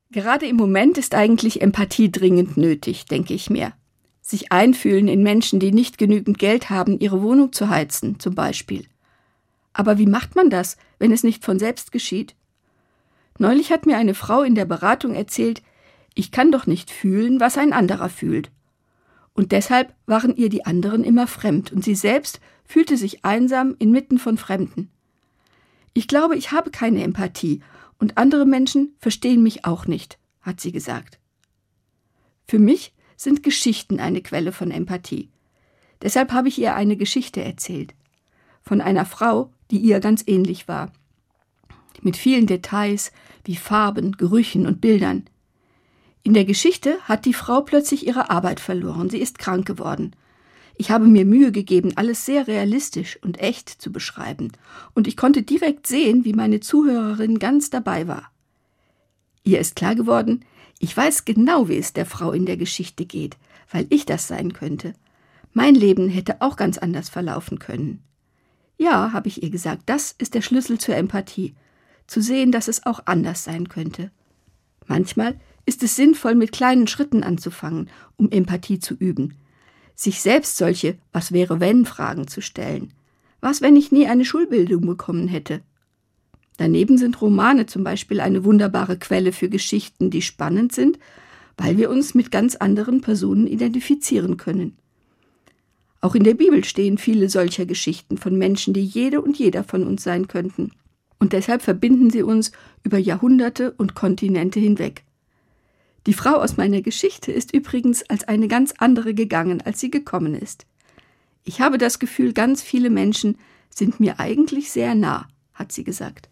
Gerade im Moment ist eigentlich Empathie dringend nötig, denke ich mir. Sich einfühlen in Menschen, die nicht genügend Geld haben, ihre Wohnung zu heizen, zum Beispiel. Aber wie macht man das, wenn es nicht von selbst geschieht? Neulich hat mir eine Frau in der Beratung erzählt, ich kann doch nicht fühlen, was ein anderer fühlt. Und deshalb waren ihr die anderen immer fremd und sie selbst fühlte sich einsam inmitten von Fremden. Ich glaube, ich habe keine Empathie und andere Menschen verstehen mich auch nicht, hat sie gesagt. Für mich sind Geschichten eine Quelle von Empathie. Deshalb habe ich ihr eine Geschichte erzählt. Von einer Frau, die ihr ganz ähnlich war. Mit vielen Details wie Farben, Gerüchen und Bildern. In der Geschichte hat die Frau plötzlich ihre Arbeit verloren. Sie ist krank geworden. Ich habe mir Mühe gegeben, alles sehr realistisch und echt zu beschreiben. Und ich konnte direkt sehen, wie meine Zuhörerin ganz dabei war. Ihr ist klar geworden, ich weiß genau, wie es der Frau in der Geschichte geht, weil ich das sein könnte. Mein Leben hätte auch ganz anders verlaufen können. Ja, habe ich ihr gesagt, das ist der Schlüssel zur Empathie. Zu sehen, dass es auch anders sein könnte. Manchmal ist es sinnvoll, mit kleinen Schritten anzufangen, um Empathie zu üben. Sich selbst solche Was-wäre-wenn-Fragen zu stellen. Was, wenn ich nie eine Schulbildung bekommen hätte? Daneben sind Romane zum Beispiel eine wunderbare Quelle für Geschichten, die spannend sind, weil wir uns mit ganz anderen Personen identifizieren können. Auch in der Bibel stehen viele solcher Geschichten von Menschen, die jede und jeder von uns sein könnten. Und deshalb verbinden sie uns über Jahrhunderte und Kontinente hinweg. Die Frau aus meiner Geschichte ist übrigens als eine ganz andere gegangen, als sie gekommen ist. Ich habe das Gefühl, ganz viele Menschen sind mir eigentlich sehr nah, hat sie gesagt.